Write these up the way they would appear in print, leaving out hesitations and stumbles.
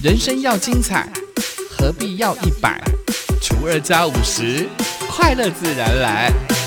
人生要精彩，何必要100除2加50，快乐自然来。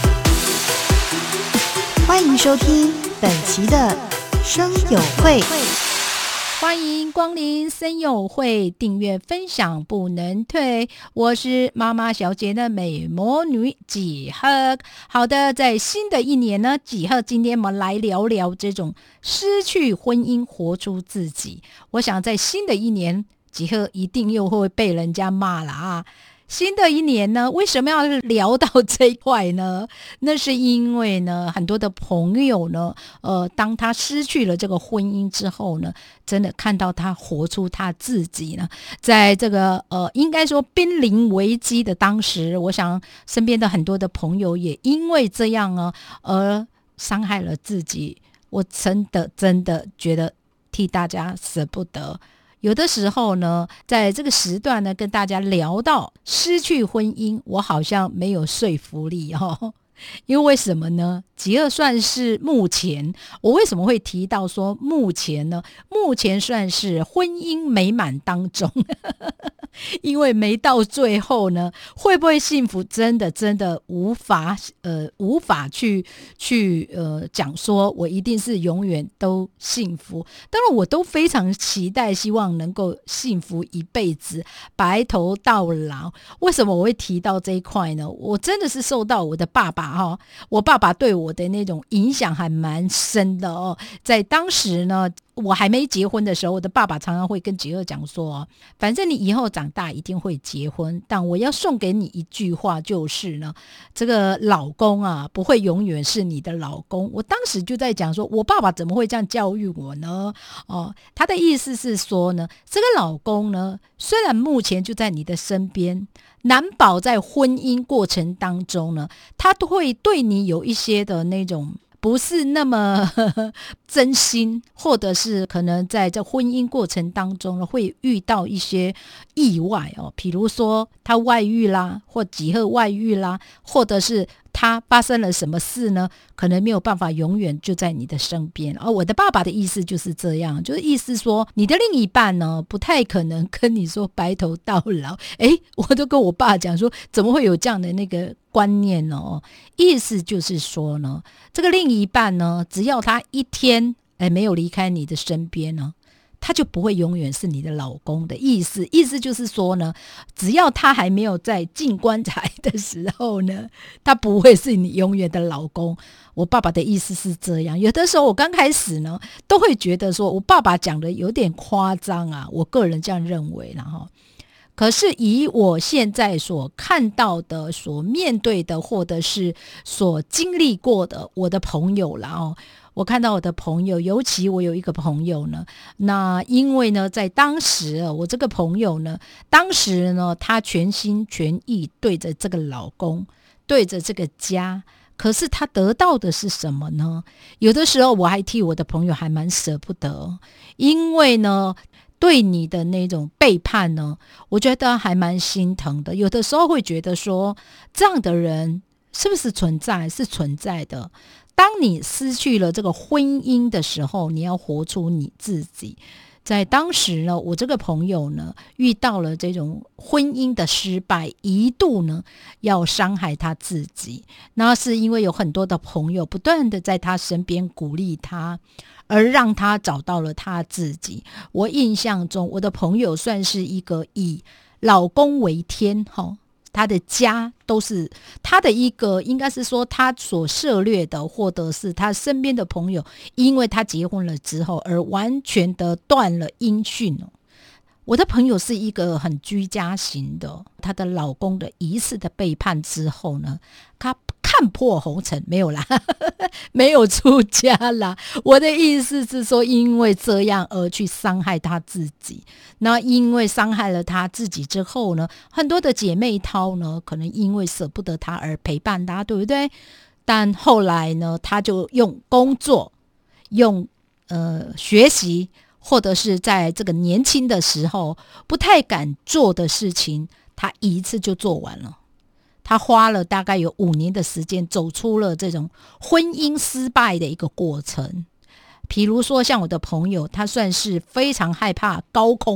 欢迎收听本期的声友会， 欢迎光临声友会，订阅分享不能退。我是妈妈小姐的美魔女几何。好的，在新的一年呢，几何今天我们来聊聊这种失去婚姻活出自己。我想在新的一年，几何一定又会被人家骂了啊。新的一年呢，为什么要聊到这一块呢？那是因为呢，很多的朋友呢，当他失去了这个婚姻之后呢，真的看到他活出他自己呢，在这个应该说濒临危机的当时，我想身边的很多的朋友也因为这样呢，而伤害了自己。我真的觉得替大家舍不得。有的时候呢，在这个时段呢，跟大家聊到失去婚姻，我好像没有说服力哦。因为什么呢？极恶算是目前，我为什么会提到说目前呢？目前算是婚姻美满当中，因为没到最后呢，会不会幸福，真的无法去讲说我一定是永远都幸福。当然，我都非常期待，希望能够幸福一辈子，白头到老。为什么我会提到这一块呢？我真的是受到我的爸爸我爸爸对我的那种影响还蛮深的哦。在当时呢，我还没结婚的时候，我的爸爸常常会跟吉儿讲说，反正你以后长大一定会结婚，但我要送给你一句话，就是呢，这个老公啊，不会永远是你的老公。我当时就在讲说，我爸爸怎么会这样教育我呢？他的意思是说呢，这个老公呢，虽然目前就在你的身边，难保在婚姻过程当中呢，他都会对你有一些的那种不是那么真心，或者是可能在这婚姻过程当中呢，会遇到一些意外比如说他外遇啦，或几何外遇啦，或者是他发生了什么事呢，可能没有办法永远就在你的身边。我的爸爸的意思就是这样，就是意思说你的另一半呢，不太可能跟你说白头到老。我都跟我爸讲说，怎么会有这样的那个观念呢？意思就是说呢，这个另一半呢，只要他一天没有离开你的身边呢，他就不会永远是你的老公的意思。意思就是说呢，只要他还没有在进棺材的时候呢，他不会是你永远的老公。我爸爸的意思是这样。有的时候我刚开始呢，都会觉得说我爸爸讲的有点夸张啊，我个人这样认为啦齁。可是以我现在所看到的、所面对的，或者是所经历过的我的朋友啦我看到我的朋友，尤其我有一个朋友呢，那因为呢，在当时我这个朋友呢，当时呢，他全心全意对着这个老公，对着这个家，可是他得到的是什么呢？有的时候我还替我的朋友还蛮舍不得，因为呢，对你的那种背叛呢，我觉得还蛮心疼的。有的时候会觉得说，这样的人是不是存在？是存在的。当你失去了这个婚姻的时候，你要活出你自己。在当时呢，我这个朋友呢，遇到了这种婚姻的失败，一度呢要伤害他自己。那是因为有很多的朋友不断的在他身边鼓励他，而让他找到了他自己。我印象中，我的朋友算是一个以老公为天他的家都是他的一个，应该是说他所涉猎的，或者是他身边的朋友，因为他结婚了之后而完全的断了音讯我的朋友是一个很居家型的，她的老公的疑似的背叛之后呢，她看破红尘，没有啦没有出家啦。我的意思是说，因为这样而去伤害她自己。那因为伤害了她自己之后呢，很多的姐妹淘呢，可能因为舍不得她而陪伴她，对不对？但后来呢，她就用工作，用学习，或者是在这个年轻的时候不太敢做的事情，他一次就做完了。他花了大概有5年的时间，走出了这种婚姻失败的一个过程。比如说像我的朋友，他算是非常害怕高空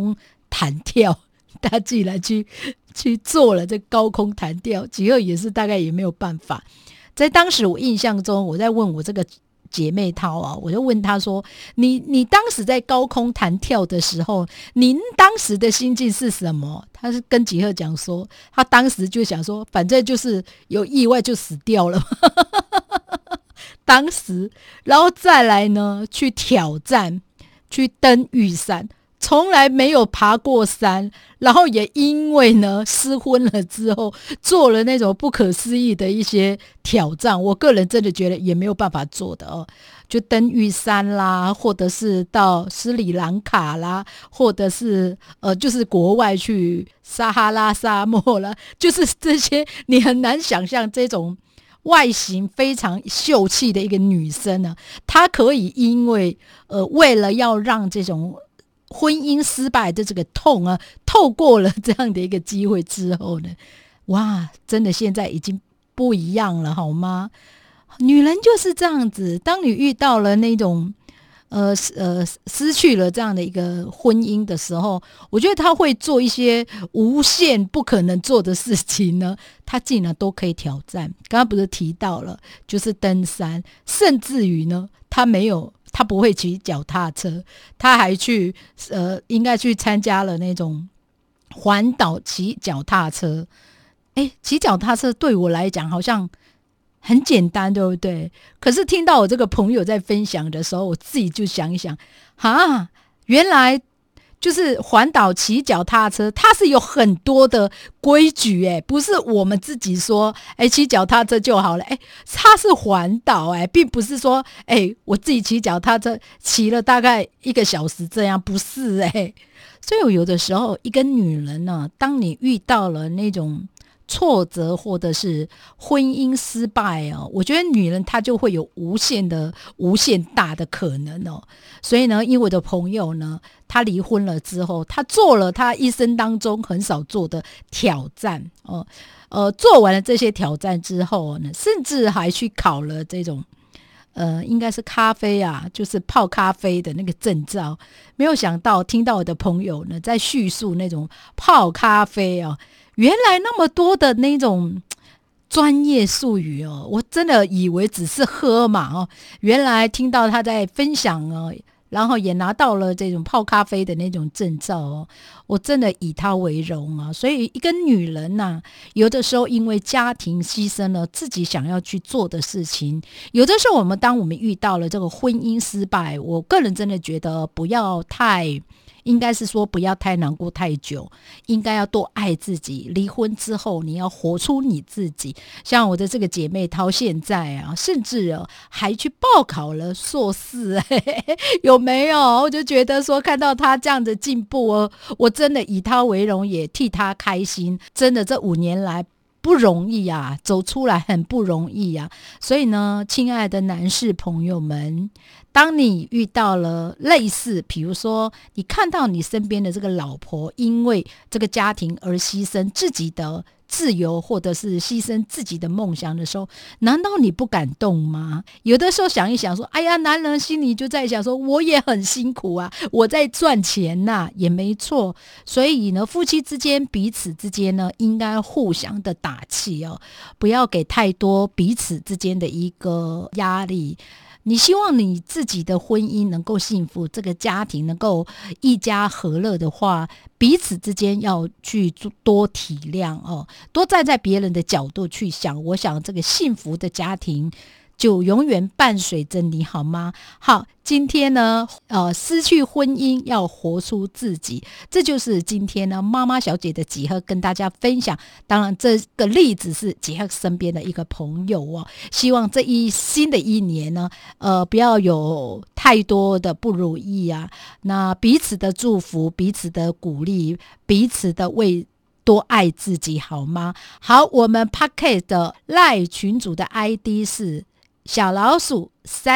弹跳，他竟然去做了这高空弹跳，吉尔也是大概也没有办法。在当时我印象中，我在问我这个姐妹淘啊，我就问她说，你当时在高空弹跳的时候，您当时的心境是什么？她是跟吉赫讲说，她当时就想说，反正就是有意外就死掉了当时，然后再来呢，去挑战，去登玉山，从来没有爬过山，然后也因为呢失婚了之后，做了那种不可思议的一些挑战，我个人真的觉得也没有办法做的哦。就登玉山啦，或者是到斯里兰卡啦，或者是就是国外去撒哈拉沙漠啦，就是这些你很难想象这种外形非常秀气的一个女生呢，她可以因为为了要让这种婚姻失败的这个痛啊，透过了这样的一个机会之后呢，哇，真的现在已经不一样了，好吗？女人就是这样子，当你遇到了那种失去了这样的一个婚姻的时候，我觉得她会做一些无限不可能做的事情呢，她竟然都可以挑战。刚刚不是提到了，就是登山，甚至于呢，他不会骑脚踏车，他还去应该去参加了那种环岛骑脚踏车。骑脚踏车对我来讲好像很简单，对不对？可是听到我这个朋友在分享的时候，我自己就想一想，原来就是环岛骑脚踏车，它是有很多的规矩，不是我们自己说骑脚踏车就好了，它是环岛，并不是说我自己骑脚踏车骑了大概1个小时这样，不是所以我有的时候一个女人呢，当你遇到了那种挫折或者是婚姻失败我觉得女人她就会有无限大的可能所以呢，因为我的朋友呢，她离婚了之后，她做了她一生当中很少做的挑战做完了这些挑战之后呢，甚至还去考了这种应该是咖啡就是泡咖啡的那个证照。没有想到听到我的朋友呢在叙述那种泡咖啡原来那么多的那种专业术语我真的以为只是喝嘛原来听到他在分享然后也拿到了这种泡咖啡的那种证照我真的以他为荣所以一个女人有的时候因为家庭牺牲了自己想要去做的事情，有的时候当我们遇到了这个婚姻失败，我个人真的觉得应该是说不要太难过太久，应该要多爱自己。离婚之后你要活出你自己，像我的这个姐妹淘现在甚至还去报考了硕士有没有？我就觉得说看到她这样的进步我真的以她为荣，也替她开心。真的这5年来不容易走出来很不容易所以呢，亲爱的男士朋友们，当你遇到了类似比如说你看到你身边的这个老婆因为这个家庭而牺牲自己的自由，或者是牺牲自己的梦想的时候，难道你不感动吗？有的时候想一想说，哎呀，男人心里就在想说，我也很辛苦我在赚钱也没错。所以呢，夫妻之间彼此之间呢，应该互相的打气不要给太多彼此之间的一个压力。你希望你自己的婚姻能够幸福，这个家庭能够一家和乐的话，彼此之间要去多体谅多站在别人的角度去想，我想这个幸福的家庭就永远伴随着你，好吗？好，今天呢失去婚姻要活出自己，这就是今天呢妈妈小姐的几何跟大家分享。当然这个例子是几何身边的一个朋友希望这新的一年呢不要有太多的不如意那彼此的祝福，彼此的鼓励，彼此的多爱自己，好吗？好，我们 Podcast 的 LINE 群组的 ID 是小老鼠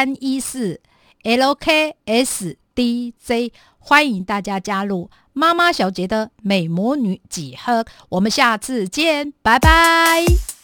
314 LKSDJ， 欢迎大家加入妈妈小姐的美魔女几何，我们下次见，拜拜。